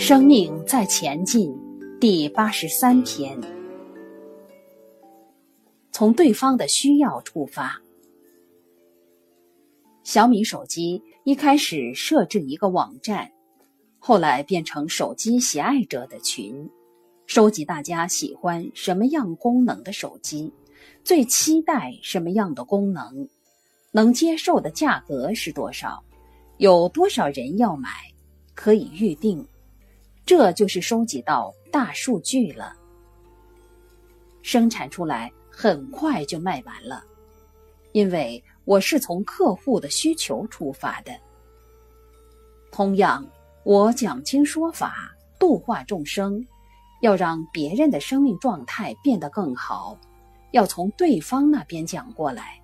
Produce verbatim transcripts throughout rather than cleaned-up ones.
生命在前进第八十三篇，从对方的需要出发。小米手机一开始设置一个网站，后来变成手机喜爱者的群，收集大家喜欢什么样功能的手机，最期待什么样的功能，能接受的价格是多少，有多少人要买，可以预定。这就是收集到大数据了。生产出来很快就卖完了，因为我是从客户的需求出发的。同样，我讲经说法，度化众生，要让别人的生命状态变得更好，要从对方那边讲过来。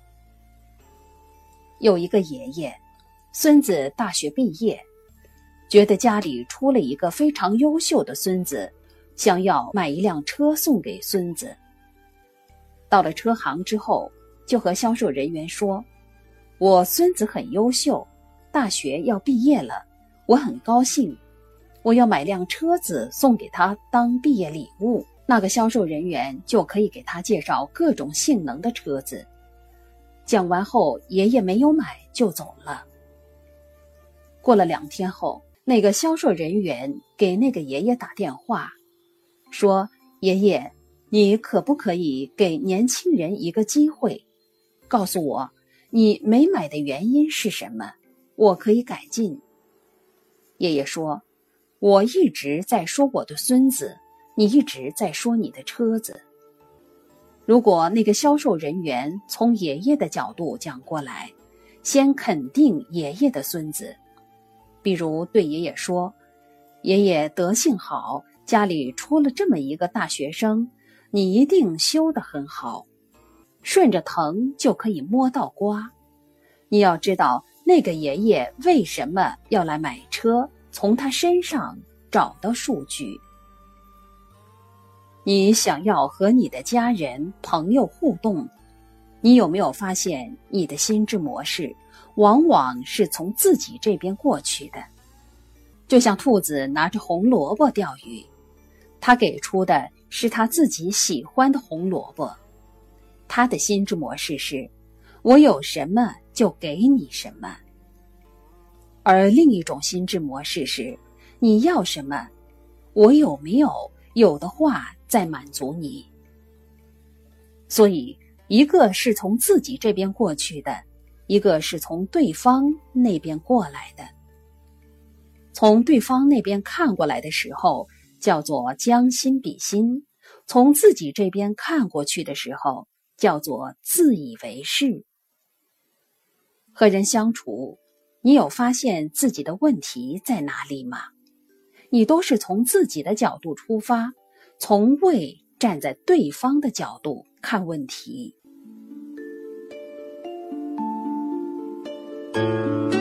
有一个爷爷，孙子大学毕业，觉得家里出了一个非常优秀的孙子，想要买一辆车送给孙子。到了车行之后，就和销售人员说，我孙子很优秀，大学要毕业了，我很高兴，我要买辆车子送给他当毕业礼物。那个销售人员就可以给他介绍各种性能的车子。讲完后，爷爷没有买就走了。过了两天后，那个销售人员给那个爷爷打电话，说，爷爷，你可不可以给年轻人一个机会，告诉我你没买的原因是什么，我可以改进。爷爷说，我一直在说我的孙子，你一直在说你的车子。如果那个销售人员从爷爷的角度讲过来，先肯定爷爷的孙子，比如对爷爷说，爷爷德性好，家里出了这么一个大学生，你一定修得很好，顺着藤就可以摸到瓜。你要知道那个爷爷为什么要来买车，从他身上找到数据。你想要和你的家人朋友互动，你有没有发现你的心智模式往往是从自己这边过去的？就像兔子拿着红萝卜钓鱼，他给出的是他自己喜欢的红萝卜，他的心智模式是我有什么就给你什么。而另一种心智模式是你要什么，我有没有，有的话再满足你。所以一个是从自己这边过去的，一个是从对方那边过来的。从对方那边看过来的时候，叫做将心比心；从自己这边看过去的时候，叫做自以为是。和人相处，你有发现自己的问题在哪里吗？你都是从自己的角度出发，从未站在对方的角度看问题。